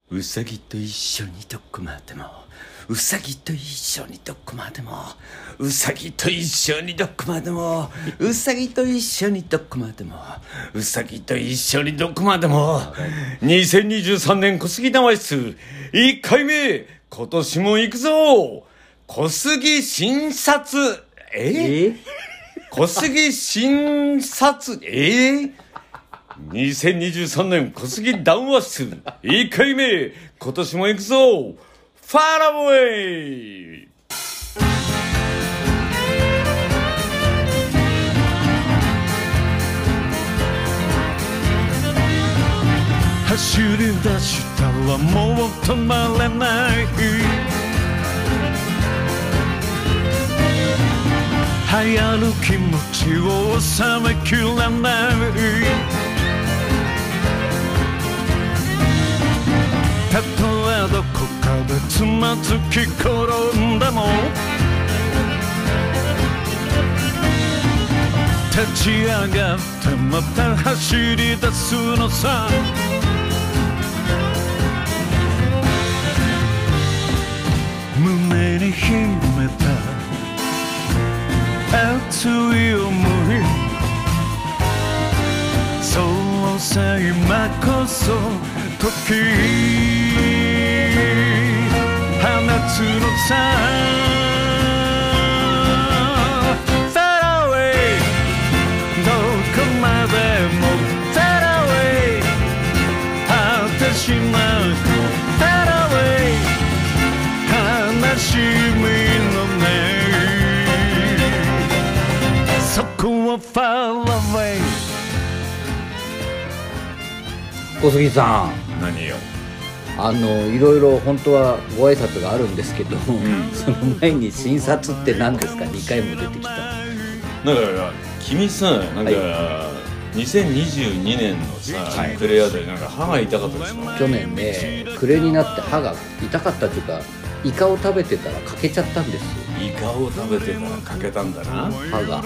うさぎと一緒にどこまでも、うさぎと一緒にどこまでも、うさぎと一緒にどこまでも、うさぎと一緒にどこまでも、うさぎと一緒にどこまでも。2023年小杉生室1回目、今年も行くぞ。小杉診察。小杉診察。2023年小杉談話室1回目、今年も行くぞ。ファーラウェイ。走り出したらもう止まれない、流行る気持ちを収めきらない、たとえどこかでつまずき転んでも立ち上がってまた走り出すのさ。胸に秘めた熱い想い、そうさ今こそ時放つのさ。しまうFar away、悲しみのね、そこはFar away。 小杉さん、 何よ。 いろいろ本当はご挨拶があるんですけど、その前に診察って何ですか。2回も出てきた。 なんか君さ、なんか、2022年のさ、暮れあたりなんか歯が痛かったでしょ。 去年ね、暮れになって歯が痛かったというか、イカを食べてたら欠けちゃったんですよ。 イカを食べてたら欠けたんだな、 歯が。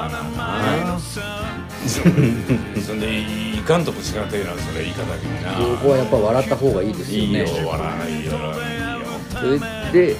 そんでいかんとこしがてえな、それイカだけにな。 ここはやっぱ笑った方がいいですよね。 いいよ、笑わないよ。 それで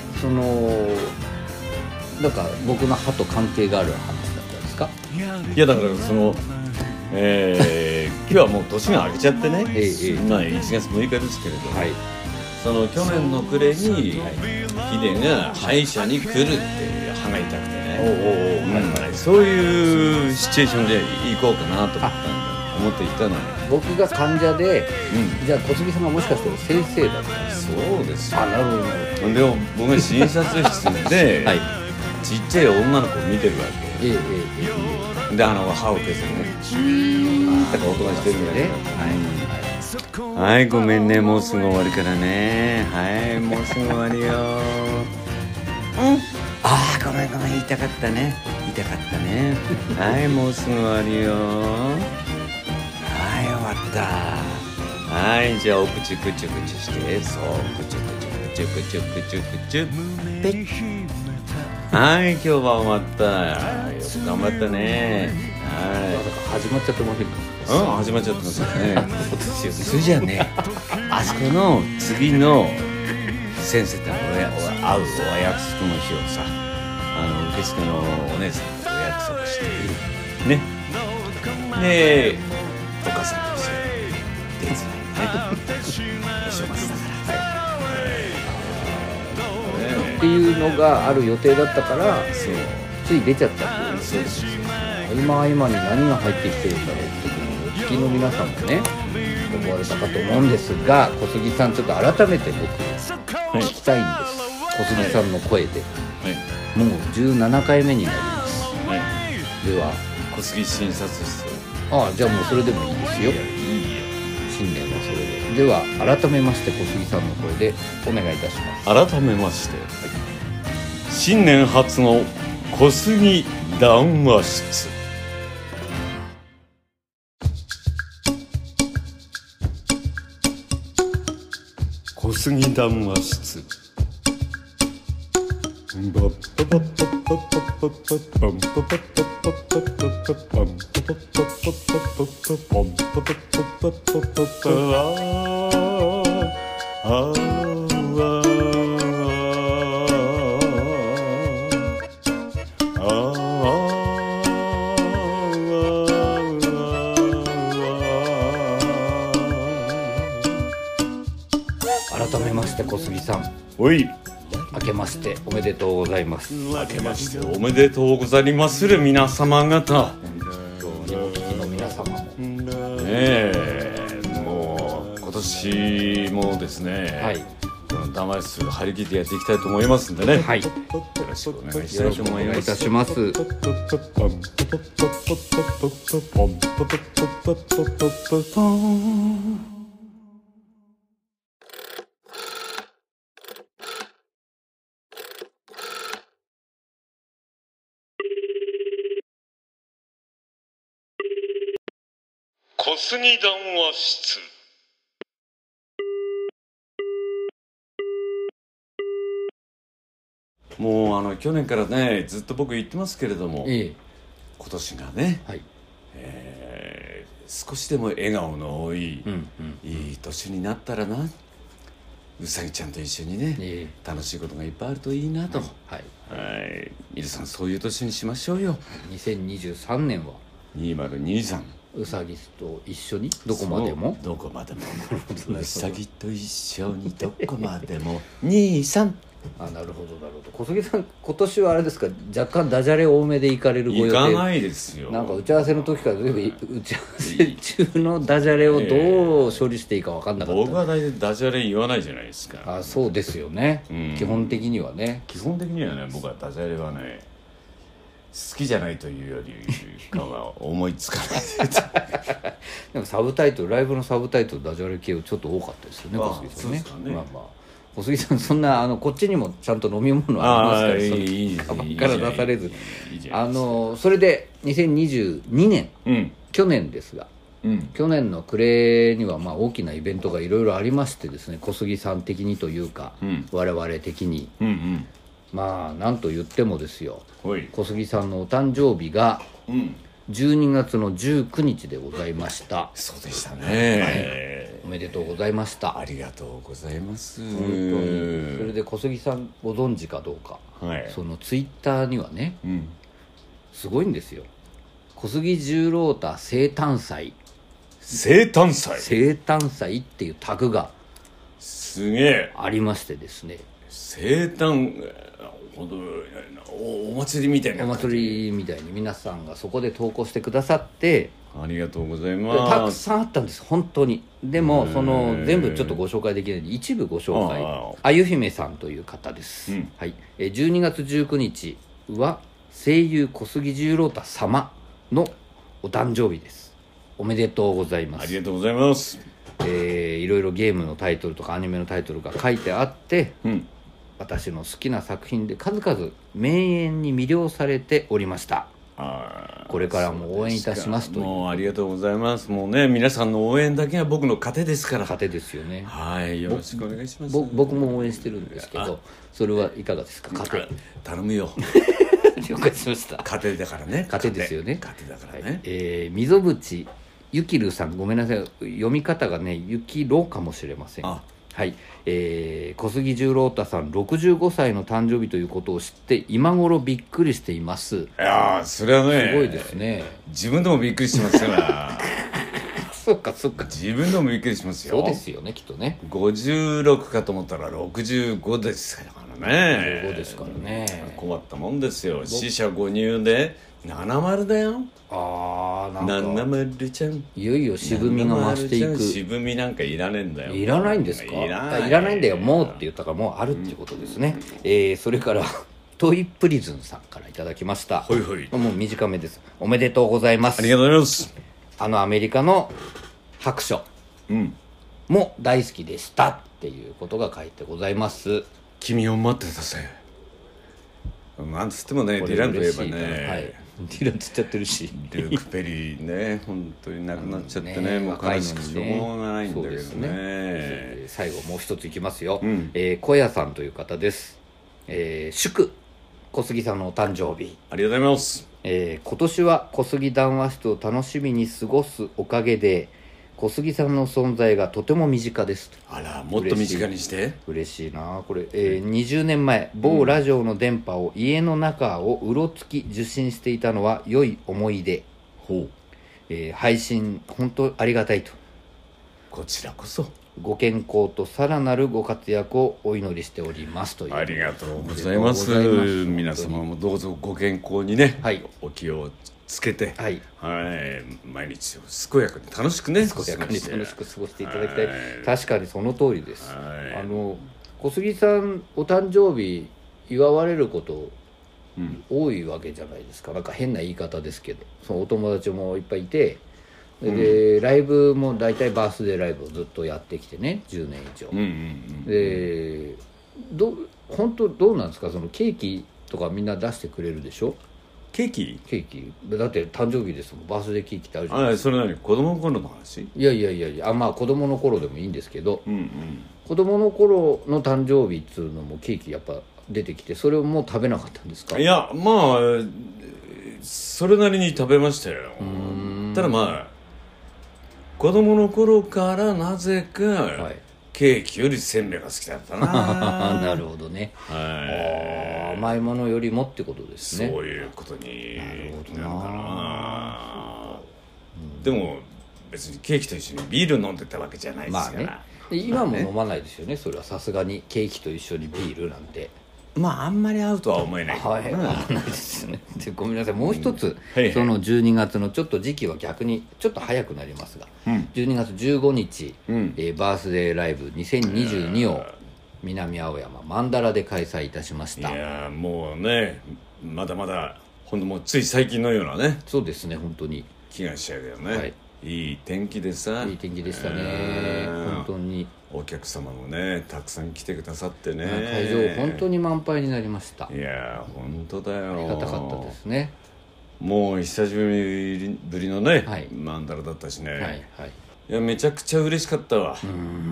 なんか僕の歯と関係がある話だったんですか。 いやだから今日はもう年が明けちゃってね、今1月6日ですけれども、その去年の暮れにヒデが歯医者に来るって歯が痛くてね、そういうシチュエーションで行こうかなと思っていたのよ。 僕が患者で、じゃあ小杉さんがもしかしたら先生だった。 そうですよ。 なるほど。 でも僕が診察室でちっちゃい女の子を見てるわけ。で歯を消すね、だから音がしてるんだけど、はい、ごめんね、もうすぐ終わるからね。はい、もうすぐ終わるよ。ごめん痛かったね。はい、もうすぐ終わるよ。はい、終わった。はい、じゃあお口くちゅくちゅして、そう、くちゅくちゅくちゅくちゅくちゅぺっ。はい、今日は終わった。よく頑張ったね。 始まっちゃってませんか。 始まっちゃってますよね。それじゃあね、あそこの次の先生と会うお約束の日をさ、受付のお姉さんとお約束してね。で、お母さんと一緒に手伝いね。お正月だから。 っていうのがある予定だったから、つい出ちゃったっていう。 そうですよ。 今に何が入ってきてるんだろうっていうのをお聞きの皆さんもね、思われたかと思うんですが、小杉さんちょっと改めて僕聞きたいんです、小杉さんの声で。もう17回目になります。では小杉診察室。 じゃあもうそれでもいいですよ。新年はそれで。では改めまして小杉さんの声でお願いいたします。 改めまして、新年初の小杉談話室。小杉談話室。 あ改めまして小杉さん、 おい、 明けましておめでとうございます。 明けましておめでとうございまする皆様方。 今日にお聞きの皆様も、 もう今年もですね、 はい、 この魂する張り切ってやっていきたいと思いますんでね、 はい、 よろしくお願いしたよろしくおいと思います。 願いいたします。 小杉談話室。もう去年からねずっと僕言ってますけれども、今年がね、 はい、 少しでも笑顔の多い、 うんうん、 いい年になったらな、うさぎちゃんと一緒にね、楽しいことがいっぱいあるといいなと、 はいはい、皆さんそういう年にしましょうよ。 2023年は 2023、 うさぎと一緒にどこまでも、 どこまでもうさぎと一緒にどこまでも23。 あ、なるほどなるほど。小杉さん、今年はあれですか、若干ダジャレ多めで行かれるご予定？ 行かないですよ。 なんか打ち合わせの時から全部打ち合わせ中のダジャレをどう処理していいか分かんなかった。 僕は大体ダジャレ言わないじゃないですか。 あ、そうですよね、基本的にはね。 基本的にはね、僕はダジャレはね好きじゃないというよりかは思いつかないなんかサブタイトル、ライブのサブタイトルダジャレ系ちょっと多かったですよね、小杉さんね。 そうですかね。 まあまあ、小杉さん、そんなこっちにもちゃんと飲み物ありますから、 いいそのから出されず、 そそれで2022年、去年ですが、去年の暮れにはまあ大きなイベントがいろいろありましてですね、小杉さん的にというか、我々的に、まあなんと言ってもですよ、小杉さんのお誕生日が12月の19日でございました。 そうでしたね、 おめでとうございました。 ありがとうございます。 本当に。それで小杉さんご存知かどうか、そのツイッターにはね、すごいんですよ。小杉十郎太生誕祭っていうタグがすげえありましてですね、 生誕、お祭りみたいな、 お祭りみたいに皆さんがそこで投稿してくださって、 ありがとうございます。 たくさんあったんです本当に。でもその全部ちょっとご紹介できないので一部ご紹介。あゆ姫さんという方です、はい、12月19日は声優小杉十郎太様のお誕生日です。おめでとうございます。 ありがとうございます。 いろいろゲームのタイトルとかアニメのタイトルが書いてあって、私の好きな作品で数々名演に魅了されておりました。これからも応援いたしますという。 もうありがとうございます。もうね、皆さんの応援だけが僕の糧ですから。 糧ですよね。 はい、よろしくお願いします。 僕も応援してるんですけど、それはいかがですか？糧頼むよ了解しました。 糧だからね。 糧ですよね。 糧だからね。 溝淵ゆきるさん、ごめんなさい、読み方がねゆきろかもしれません。はい、小杉十郎太さん65歳の誕生日ということを知って今頃びっくりしています。 いやー、それはね、 すごいですね。 自分でもびっくりしてますからそっかそっか、 自分でもびっくりしますよ。 そうですよね、きっとね。 56かと思ったら65ですからね。 65ですからね。 困ったもんですよ。四捨五入で70だよ。 なんか 70ちゃん、 いよいよ渋みが増していく。 渋みなんかいらねえんだよ。 いらないんですか？いらないんだよ、もうって言ったからもうあるっていうことですね。それからトイプリズンさんからいただきました。もう短めです。おめでとうございます。 ありがとうございます。 アメリカの白書も大好きでしたっていうことが書いてございます。 君を待ってたぜ。なんつってもね、ディランといえばね、 ディランつっちゃってるし、 ルーク・ペリーね、本当に亡くなっちゃってね、もう悲しくしょうがないんだけどね。 最後もう一ついきますよ。小屋さんという方です。祝小杉さんのお誕生日ありがとうございます。 今年は小杉談話室を楽しみに過ごすおかげで小杉さんの存在がとても身近ですと。 あら、もっと身近にして。 嬉しいなこれ、20年前某ラジオの電波を家の中をうろつき受信していたのは良い思い出。 ほう。 配信本当ありがたいと。 こちらこそご健康とさらなるご活躍をお祈りしておりますという。 ありがとうございます。皆様もどうぞご健康にね、 はい、 お気をつけて、 はいはい、毎日を健やかに楽しくね、 健やかに楽しく過ごしていただきたい。 はい、 確かにその通りです。 はい、 小杉さんお誕生日祝われることうん、 多いわけじゃないですか。なんか変な言い方ですけど、そのお友達もいっぱいいて、で、ライブも大体バースデーライブをずっとやってきてね、10年以上、 うんうんうん、 で本当どうなんですか、そのケーキとかみんな出してくれるでしょ。 ケーキだって誕生日ですもん。バースデーケーキってあるじゃないですか。 それ何、子供の頃の話？ いやまあ子供の頃でもいいんですけど、 うんうん、 子供の頃の誕生日っつうのもケーキやっぱ出てきて、それをもう食べなかったんですか？ いや、まあそれなりに食べましたよ。ただまあ子供の頃からなぜか、はい、ケーキよりせんべいが好きだったな。 なるほどね。 はい、 甘いものよりもってことですね。 そういうことになるかな。 うん、 でも別にケーキと一緒にビール飲んでたわけじじゃないですから、 まあね、今も飲まないですよね、それはさすがに。ケーキと一緒にビールなんてまああんまり合うとは思えないけど、 はい、合わないですよね。でごめんなさい、もう一つ、 はいはい、 その12月のちょっと時期は逆にちょっと早くなりますが、12月15日、バースデーライブ2022を南青山マンダラで開催いたしました。 いやもうね、まだまだほんともうつい最近のようなね、 そうですね、本当に気がしちゃうけどね、はい、いい天気でさ、 いい天気でしたね、本当に。 お客様もねたくさん来てくださってね、 会場本当に満杯になりました。 いや本当だよ、 ありがたかったですね。 もう久しぶりのね、 はい、 マンダラだったしね、 はいはい、 いやめちゃくちゃ嬉しかったわ。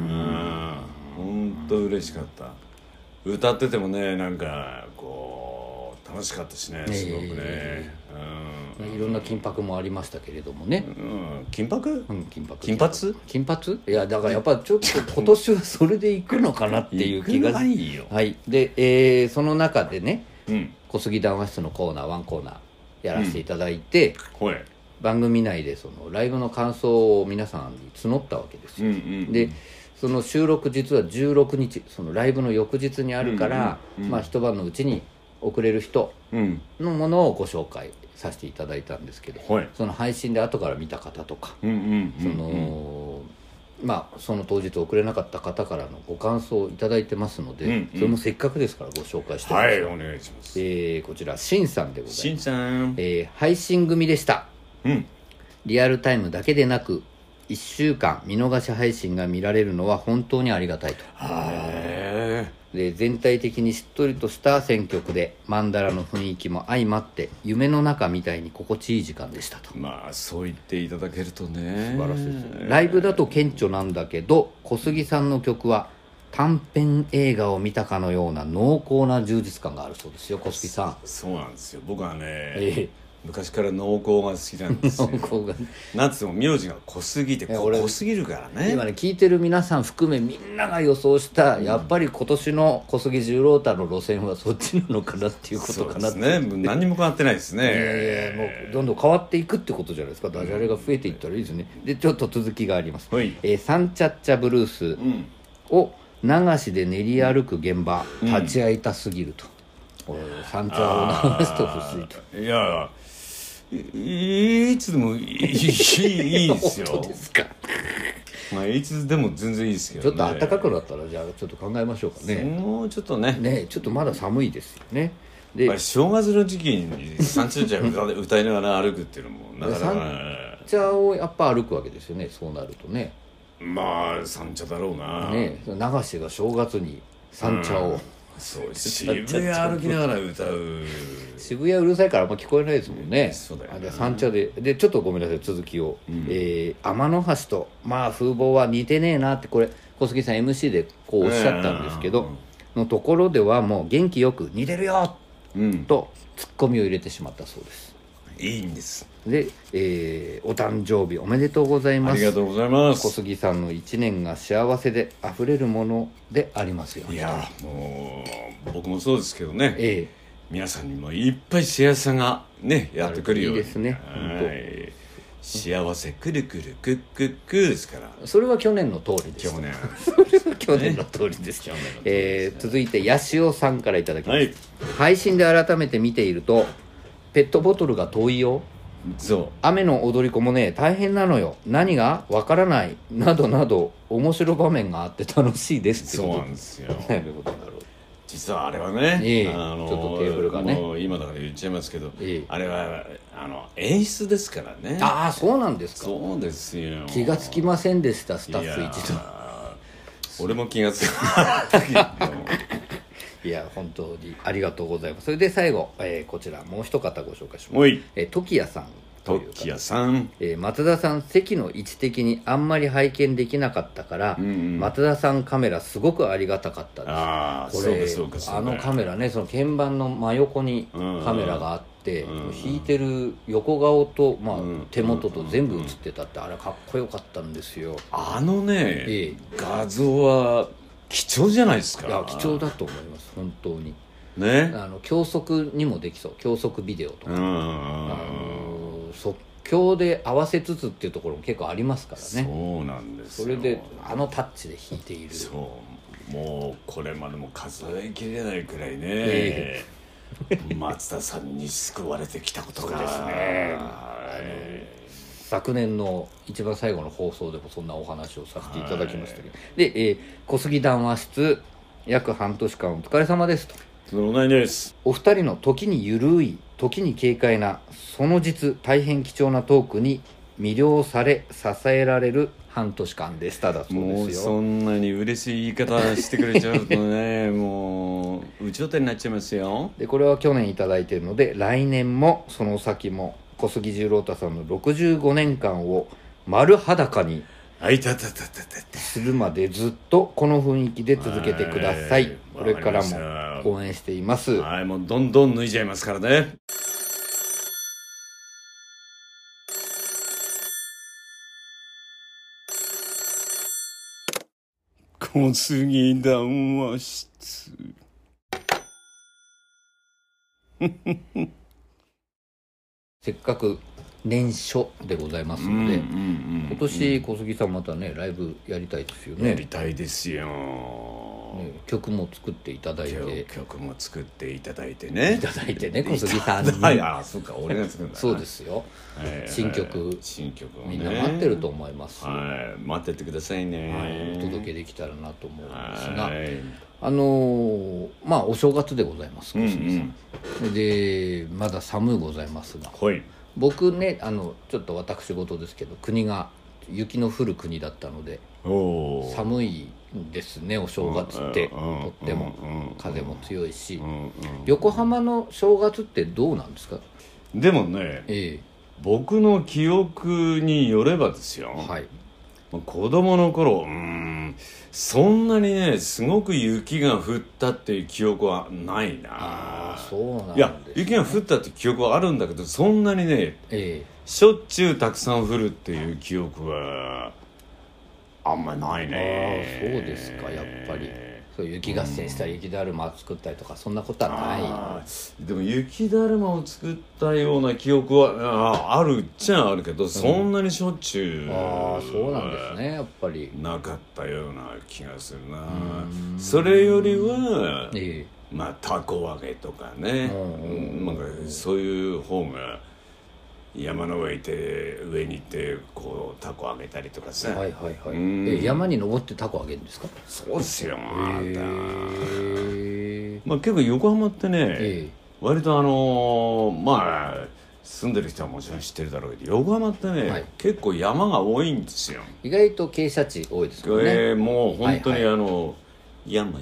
本当嬉しかった。歌っててもね、なんかこう楽しかったしね、すごくね、 いろんな金箔もありましたけれどもね、 金箔？金髪？ いやだからやっぱちょっと今年はそれでいくのかなっていう気がいいよ。 はい。で、その中でね、小杉談話室のコーナーワンコーナーやらせていただいて、番組内でそのライブの感想を皆さんに募ったわけですよ。でその収録実は16日、そのライブの翌日にあるから、まあ一晩のうちに送れる人のものをご紹介させていただいたんですけど、その配信で後から見た方とか、まあその当日送れなかった方からのご感想をいただいてますので、それもせっかくですからご紹介してます。 はい、お願いします。 こちらしんさんでございます。 しんさん、 配信組でした。リアルタイムだけでなく1週間見逃し配信が見られるのは本当にありがたいと。で全体的にしっとりとした選曲でマンダラの雰囲気も相まって夢の中みたいに心地いい時間でしたと。 まあそう言っていただけるとね、 素晴らしいですね。ライブだと顕著なんだけど、小杉さんの曲は短編映画を見たかのような濃厚な充実感があるそうですよ、小杉さん。 そうなんですよ、僕はね、昔から濃厚が好きなんですよ。濃厚がなんつっても名字が濃すぎて濃すぎるからね。 今ね聞いてる皆さん含めみんなが予想した、やっぱり今年の小杉十郎太の路線はそっちなのかなっていうことかなって。 そうですね、何にも変わってないですね。 もうどんどん変わっていくってことじゃないですか。ダジャレが増えていったらいいですね。でちょっと続きがあります。サンチャッチャブルースを流しで練り歩く現場、立ち会いたすぎると。サンチャを流してほしいと。 いやいつでもいいですよ。 本当ですか。 まあいつでも全然いいですけどね。 ちょっと暖かくなったらじゃあちょっと考えましょうかね。 もうちょっとね。 ちょっとまだ寒いですよね。 で正月の時期にサンチャチャ歌いながら歩くっていうのもなかなか。 サンチャをやっぱ歩くわけですよね。そうなるとね。 まあサンチャだろうな。 流しが正月にサンチャを。 そう渋谷歩きながら歌う。 渋谷うるさいからあんま聞こえないですもんね。 そうだよね。 じゃあ三茶でちょっとごめんなさい、続きを。天の橋とまあ風貌は似てねえなって、これ小杉さん MC でこうおっしゃったんですけど、のところではもう元気よく似てるよとツッコミを入れてしまったそうです。 いいんです。 で、お誕生日おめでとうございます。 ありがとうございます。 小杉さんの1年が幸せであふれるものでありますように。 いやもう僕もそうですけどね、皆さんにもいっぱい幸せがねやってくるように。 いいですね。 幸せくるくるくっくっくですから。 それは去年の通りです。去年の通りです。続いてヤシオさんからいただきます、配信で改めて見ているとペットボトルが遠いよ、 そう雨の踊り子もね大変なのよ、何がわからないなどなど面白場面があって楽しいですってそうなんですよ。 なるほど。 実はあれはね、 ちょっとテーブルがね、 もう今だから言っちゃいますけど、あれは演出ですからね。 ああそうなんですか。 そうですよ。 気がつきませんでした、スタッフ一同。 俺も気がつかなかったいや本当にありがとうございます。それで最後、こちらもう一方ご紹介します。時矢さん。 時矢さん、 松田さん席の位置的にあんまり拝見できなかったから、松田さんカメラすごくありがたかったです。これそうかあのカメラね、その鍵盤の真横にカメラがあって、弾いてる横顔と、手元と全部映ってたって、あれかっこよかったんですよ。 あのね、画像は貴重じゃないですか。 いや貴重だと思います本当にね。 教則にもできそう、教則ビデオとか、即興で合わせつつっていうところも結構ありますからね。 そうなんですよ。 それでタッチで弾いている。 そうもうこれまでも数えきれないくらいね、松田さんに救われてきたことが。そうですね、 昨年の一番最後の放送でもそんなお話をさせていただきましたけど、で、小杉談話室約半年間お疲れ様ですと。 同じです。 お二人の時にゆるい時に軽快なその実大変貴重なトークに魅了され支えられる半年間でしただそうですよ。 もうそんなに嬉しい言い方してくれちゃうとねもう有頂天になっちゃいますよ。 でこれは去年いただいているので、来年もその先も小杉十郎太さんの65年間を丸裸にするまでずっとこの雰囲気で続けてください。これからも応援しています。 はい、もうどんどん脱いじゃいますからね。小杉談話室せっかく年初でございますので、今年小杉さんまたねライブやりたいですよね。 やりたいですよ、 曲も作っていただいて、 曲も作っていただいてね小杉さんにそうか俺が作るんだそうですよ、新曲みんな待ってると思います。 待っててくださいね。 お届けできたらなと思うんですが、お正月でございます小杉さん、でまだ寒いございますが、僕ねちょっと私事ですけど、国が雪の降る国だったので寒いですねお正月って。とっても風も強いし、横浜の正月ってどうなんですか？ でもね、僕の記憶によればですよ、子供の頃そんなにねすごく雪が降ったっていう記憶はないな。 そうなんですね。 いや雪が降ったって記憶はあるんだけど、そんなにね、しょっちゅうたくさん降るっていう記憶はあんまりないね。 そうですか。やっぱりそう雪合戦したり雪だるま作ったりとかそんなことはない。 でも雪だるまを作ったような記憶はあるっちゃあるけど、そんなにしょっちゅうそうなんですね。やっぱりなかったような気がするな。それよりはたこ揚げとかね、そういう方が山の上に行ってこうタコ揚げたりとかさ。 山に登ってタコ揚げるんですか？ そうですよ。結構横浜ってね、割と住んでる人はもちろん知ってるだろうけど、横浜ってね、結構山が多いんですよ。 意外と傾斜地多いですよね。 もう本当に山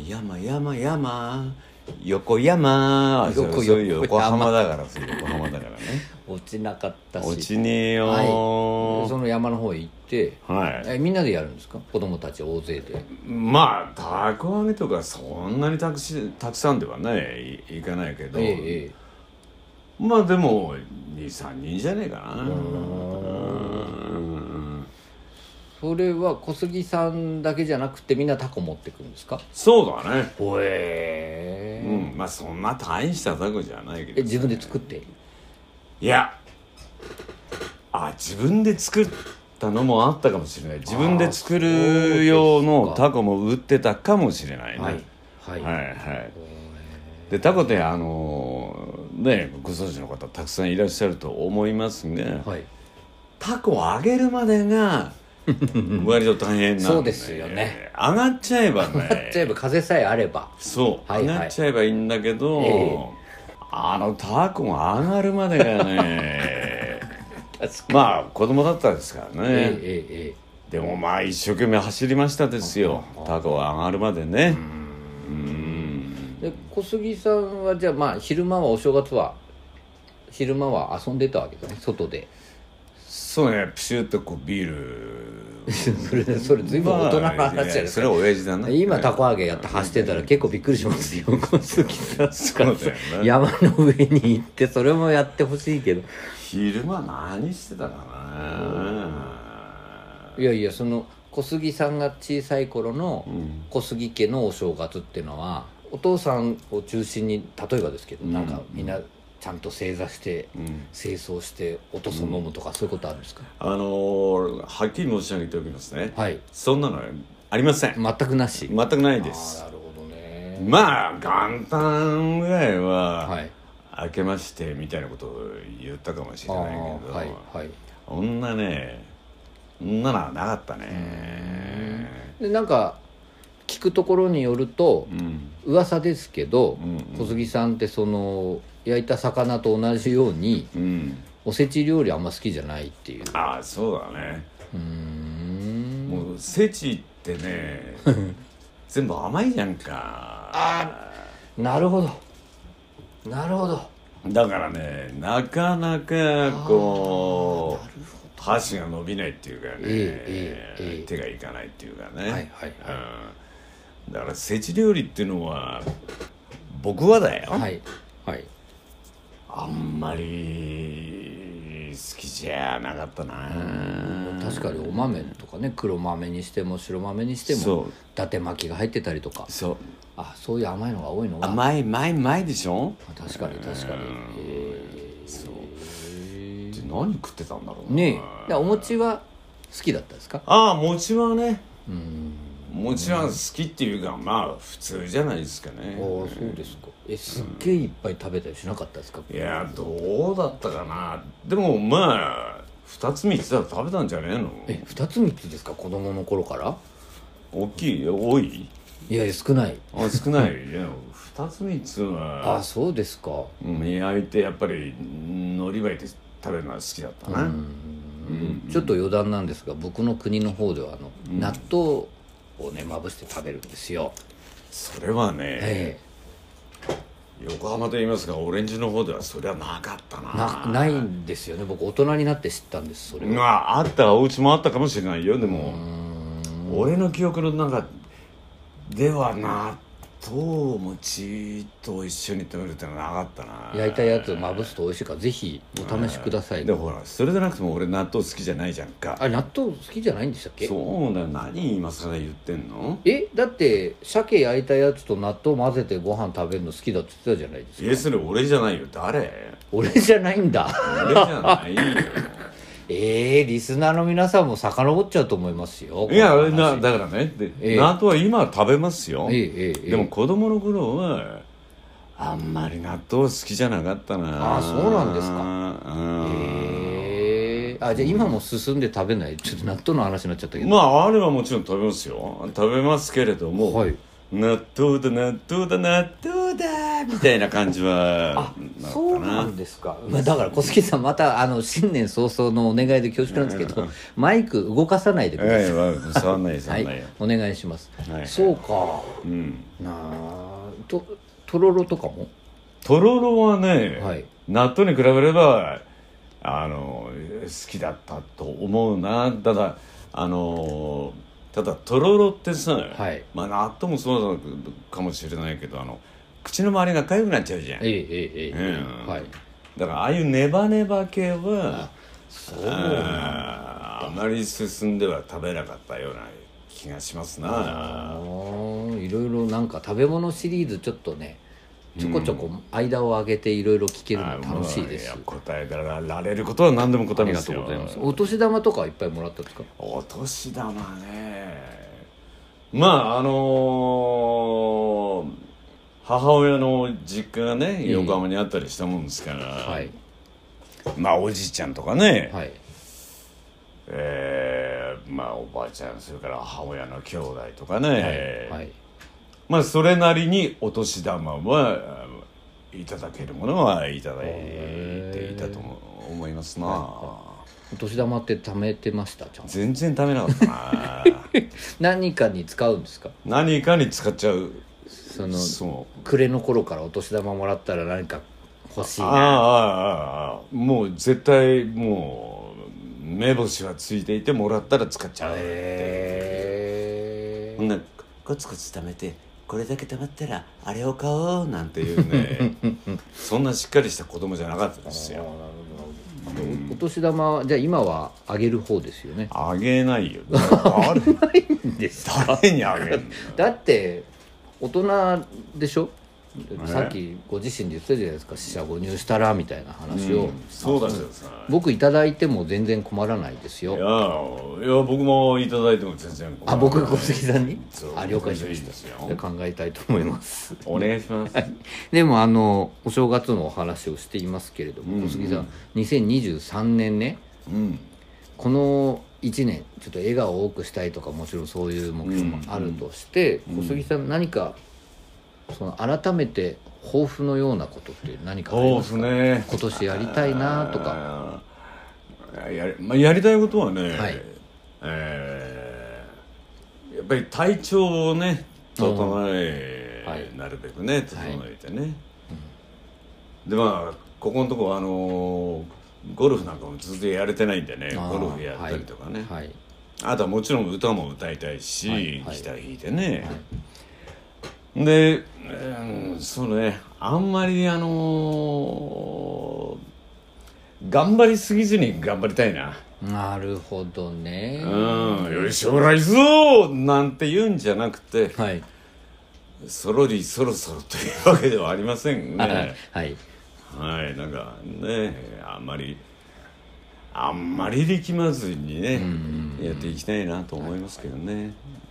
横山そういう横浜だからね。 落ちなかったし。 落ちねえよ、 その山の方へ行って、みんなでやるんですか？子供たち大勢で。 たこ揚げとかそんなにたくさんではねいかないけど、 まあでも23人じゃねえかな。 それは小杉さんだけじゃなくてみんなタコ持ってくるんですか？ そうだね。まあそんな大したタコじゃないけど、 自分で作って？ いや、自分で作ったのもあったかもしれない。自分で作る用のタコも売ってたかもしれないね。はいはいはい。でタコってね、ご存知の方たくさんいらっしゃると思いますが、はい、タコを揚げるまでが割と大変なんでそうですよね。 上がっちゃえばね、 上がっちゃえば風さえあれば、 そう、上がっちゃえばいいんだけど、タコが上がるまでがねまあ子供だったですからね、でもまあ一生懸命走りましたですよ、タコが上がるまでね。 で小杉さんはじゃあまあ昼間はお正月は昼間は遊んでたわけですね、外で。 そうね、プシュッとこうビールそれ随分大人の話じゃないですか。 それは親父だな。 今タコ揚げやって走ってたら結構びっくりしますよ小杉さん。 そうだよね、 山の上に行ってそれもやってほしいけど、 昼間何してたかな。 いやいや、その小杉さんが小さい頃の小杉家のお正月っていうのは、お父さんを中心に例えばですけど、なんかみんなちゃんと正座して清掃しておとそ飲むとか、そういうことあるんですか？ はっきり申し上げておきますね、はい、そんなのありません。 全くなし？ 全くないです。 なるほどね。 まあ元旦ぐらいは、はい、明けましてみたいなことを言ったかもしれないけど、はいはい、そんなのはなかったね。 でなんか聞くところによると、噂ですけど、小杉さんってその焼いた魚と同じように、おせち料理あんま好きじゃないっていう。 ああ、そうだね。もうせちってね全部甘いじゃんか。 なるほどなるほど。 だからね、なかなかこう箸が伸びないっていうかね、手がいかないっていうかね、だからせち料理っていうのは僕はだよ、はいはい、あんまり好きじゃなかったな。 確かにお豆とかね、黒豆にしても白豆にしても伊達巻きが入ってたりとか、そういう甘いのが多いのが甘いでしょ。 確かに確かに。 そうで何食ってたんだろうね。お餅は好きだったですか？ 餅はね、餅は好きっていうか、まあ普通じゃないですかね。 そうですか。すっげえいっぱい食べたりしなかったですか？ いや、どうだったかな。でもまあ2つ3つは食べたんじゃねえの。 2つ3つですか？子供の頃から。 大きい？多い？ いや少ない。 少ない。いや2つ3つは。 そうですか。 焼いてやっぱり海苔巻いて食べるのは好きだったな。 ちょっと余談なんですが、僕の国の方では納豆をねまぶして食べるんですよ。 それはね、横浜と言いますがオレンジの方ではそれはなかったな。 ないんですよね。僕大人になって知ったんです。それはあったお家もあったかもしれないよ。でも俺の記憶の中では納豆餅と一緒に食べるってのはなかったな。 焼いたやつをまぶすと美味しいからぜひお試しください。 でほら、それでなくても俺納豆好きじゃないじゃんか。 納豆好きじゃないんでしたっけ？ そうだよ。何今更言ってんの？ だって鮭焼いたやつと納豆混ぜてご飯食べるの好きだって言ってたじゃないですか。 それ俺じゃないよ。誰？ 俺じゃないんだ。 俺じゃないよ。 リスナーの皆さんも遡っちゃうと思いますよ。 いやだからね、納豆は今は食べますよ。でも子供の頃はあんまり納豆好きじゃなかったな。 そうなんですか。じゃあ今も進んで食べない？ちょっと納豆の話になっちゃったけど。 あれはもちろん食べますよ。食べますけれども、納豆だ納豆だ納豆だみたいな感じはそうなんですか。だから小杉さんまた新年早々のお願いで恐縮なんですけど、マイク動かさないでください。 触んない触んないよ。 お願いします。そうか。とろろとかも？とろろはね、納豆に比べれば好きだったと思うな。ただとろろってさ、納豆もそうだかもしれないけど口の周りが痒くなっちゃうじゃん。 だからああいうネバネバ系はそうなんあまり進んでは食べなかったような気がしますな。 いろいろなんか食べ物シリーズちょっとねちょこちょこ間を空けていろいろ聞けるの楽しいです。 答えられることは何でも答えますよ。 ありがとうございます。お年玉とかはいっぱいもらったんですか？ お年玉ね、まあ母親の実家がね横浜にあったりしたもんですから、 はい、 まあおじいちゃんとかね、 はい、 まあおばあちゃんそれから母親の兄弟とかね、 はいはい、まあそれなりにお年玉はいただけるものはいただいていたと思いますな。 お年玉って貯めてました？ 全然貯めなかったな何かに使うんですか？ 何かに使っちゃう。 そう暮れの頃からお年玉もらったら何か欲しいな。 もう絶対もう目星はついていてもらったら使っちゃう。コツコツ貯めてこれだけ貯まったらあれを買おうなんていうねそんなしっかりした子供じゃなかったですよ。 お年玉じゃあ今はあげる方ですよね？ あげないよ。 あげないんですか？ 誰にあげるの？ だって大人でしょ。さっきご自身で言ってたじゃないですか、四捨五入したらみたいな話を、 そうだけどさ、 僕いただいても全然困らないですよ。 いや僕もいただいても全然困らない。 僕が小杉さんに了解しましたた。考えたいと思いますお願いしますでもお正月のお話をしていますけれども、小杉さん2023年ね、この1年ちょっと笑顔を多くしたいとかもちろんそういう目標もあるとして、小杉さん何かその改めて抱負のようなことって何かありますか？抱負ね、今年やりたいなとか。 やりたいことはね、はい、やっぱり体調をね整え、はい、なるべくね整えてね、はい、でまあここのとこゴルフなんかもずっとやれてないんでね、ゴルフやったりとかね、はい、あとはもちろん歌も歌いたいし、はい、ギター弾いてね、はい、で、そうね、あんまり頑張りすぎずに頑張りたいな。 なるほどね。 よい将来ぞなんて言うんじゃなくて、はい、そろそろというわけではありませんね。はい、はい、なんかね、あんまり力まずにね、やっていきたいなと思いますけどね。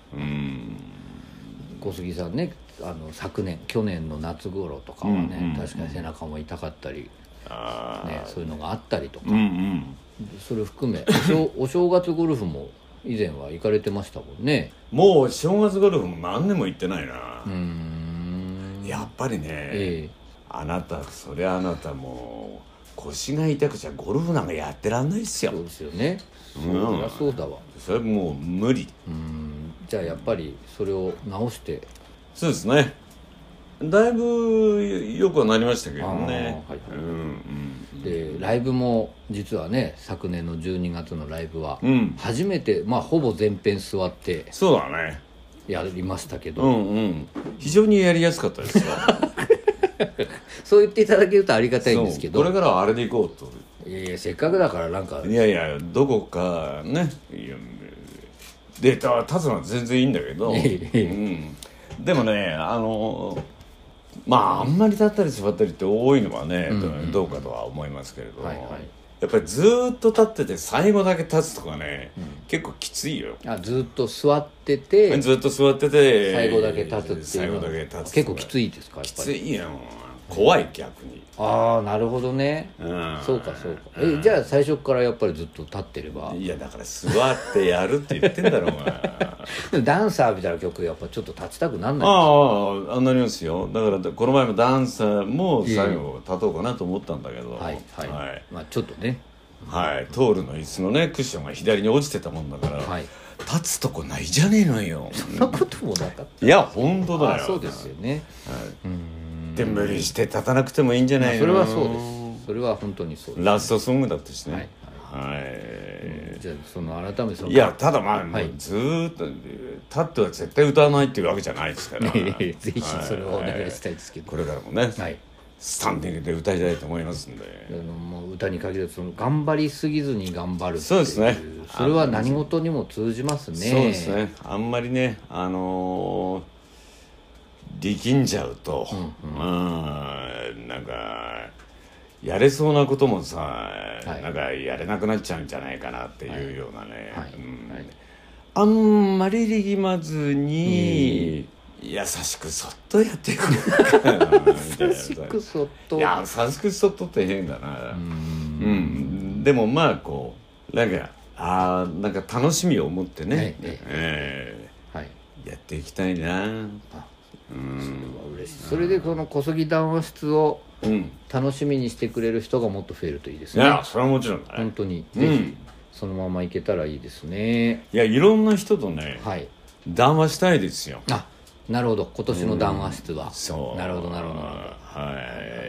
小杉さんね、去年の夏頃とかはね、確かに背中も痛かったり、ね、そういうのがあったりとか、それを含めお正月ゴルフも以前は行かれてましたもんね。 もう正月ゴルフも何年も行ってないな。やっぱりね、あなたもう腰が痛くちゃゴルフなんかやってらんないっすよ。 そうですよね。そりゃそうだわ。 それもう無理。 じゃあやっぱりそれを直して。 そうですね、だいぶよくはなりましたけどね。 でライブも実はね、昨年の12月のライブは初めて、ほぼ全編座ってそうだねやりましたけど、 非常にやりやすかったですよそう言っていただけるとありがたいんですけど、 これからはあれでいこうと。 いやせっかくだからなんか、 いやどこかねデータ立つのは全然いいんだけど、でもね、あんまり立ったり座ったりって多いのはね、どうかとは思いますけれど、やっぱりずっと立ってて最後だけ立つとかね、結構きついよ。 ずっと座ってて最後だけ立つっていうのは結構きついですか？やっぱりきついよ、怖い、逆に。 なるほどね。そうかじゃあ最初からやっぱりずっと立ってれば。 いやだから座ってやるって言ってんだろうがダンサーみたいな曲やっぱちょっと立ちたくなんないですか？なりますよ。だからこの前もダンサーも最後立とうかなと思ったんだけど、 ちょっとね、 トールの椅子のねクッションが左に落ちてたもんだから、立つとこないじゃねえのよ。 そんなこともなかった。 いや本当だよ。 そうですよね。 で無理して立たなくてもいいんじゃないの。 それはそうです。それは本当にそうです。 ラストソングだったしね。 じゃあその改めていやただずーっと立っては絶対歌わないっていうわけじゃないですからぜひそれをお願いしたいですけど、 これからもね、 スタンディングで歌いたいと思いますんで。 もう歌に限らず頑張りすぎずに頑張るっていう、 そうですね。 それは何事にも通じますね。 そうですね。あんまりね力んじゃうと、なんかやれそうなこともさ、はい、なんかやれなくなっちゃうんじゃないかなっていうようなね、あんまり力まずに、優しくそっとやっていく優しくそっと、 優しくそっとって変だな。でもまあこうなんかなんか楽しみを持ってね、やっていきたいな。 それは嬉しい。それでこの小杉談話室を楽しみにしてくれる人がもっと増えるといいですね。 いや、それはもちろんね。 本当にぜひそのままいけたらいいですね。 いや、いろんな人とね、談話したいですよ。 なるほど。今年の談話室は、 そう。 なるほどなるほど。 はい。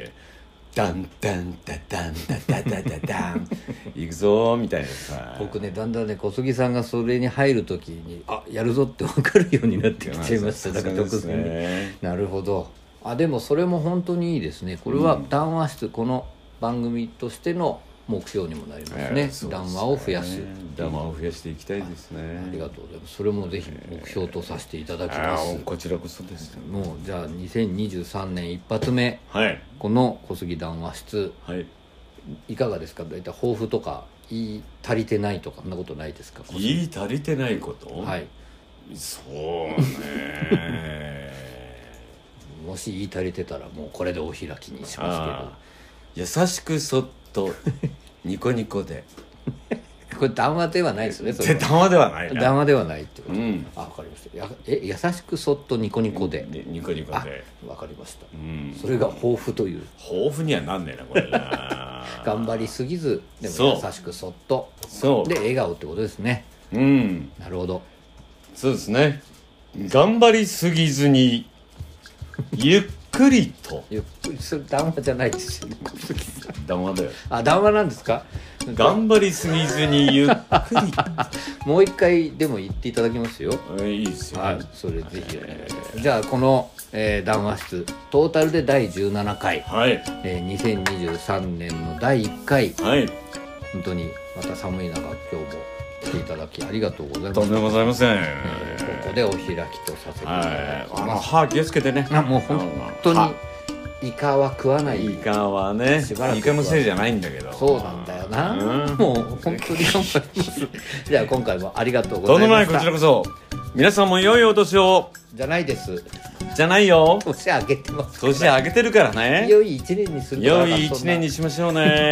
ダンダンダダンダダダダダン行くぞみたいなさ。 僕ね、だんだんね、小杉さんがそれに入るときにやるぞって分かるようになってきちゃいました。だから直前に。なるほど。でもそれも本当にいいですね。これは談話室、この番組としての目標にもなりますね。談話を増やす。 談話を増やしていきたいですね。 ありがとうございます。それもぜひ目標とさせていただきます。 こちらこそです。 もうじゃあ2023年一発目、この小杉談話室、いかがですか。だいたい抱負とか言い足りてないとかそんなことないですか。 言い足りてないこと。そうね。 もし言い足りてたらもうこれでお開きにしますけど。優しくそっとニコニコでこれ談話ではないですね。 談話ではないな。 談話ではないってこと。わかりました。優しくそっとニコニコで。 ニコニコで。 わかりました。それが抱負という。 抱負にはなんねえなこれな。 頑張りすぎずでも優しくそっと。で笑顔ってことですね。なるほど。 そうですね。頑張りすぎずにゆっくりと。 ゆっくり。それ談話じゃないですよね。 談話だよ。 談話なんですか。 頑張りすぎずにゆっくりもう一回でも言っていただきますよ。 いいですよ。 それぜひお願いします。じゃあこの、談話室トータルで第17回、2023年の第1回、本当にまた寒い中今日も来ていただきありがとうございます。 とんでもございません。 ここでお開きとさせていただきます。 歯気をつけてね。 もう本当にイカは食わない。 イカはね、イカのせいじゃないんだけど。 そうなんだよな。もう本当に頑張ります。じゃあ今回もありがとうございました。 とんでもない、こちらこそ。皆さんも良いお年を。 じゃないです。 じゃないよ。 年上げてます。 年上げてるからね。 良い一年にする。 良い一年にしましょう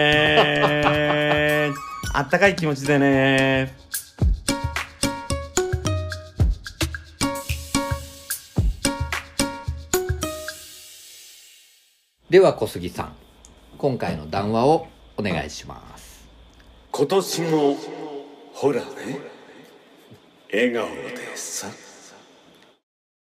ね。あったかい気持ちでね。 では小杉さん、今回の談話をお願いします。 今年もほらね、笑顔でさ。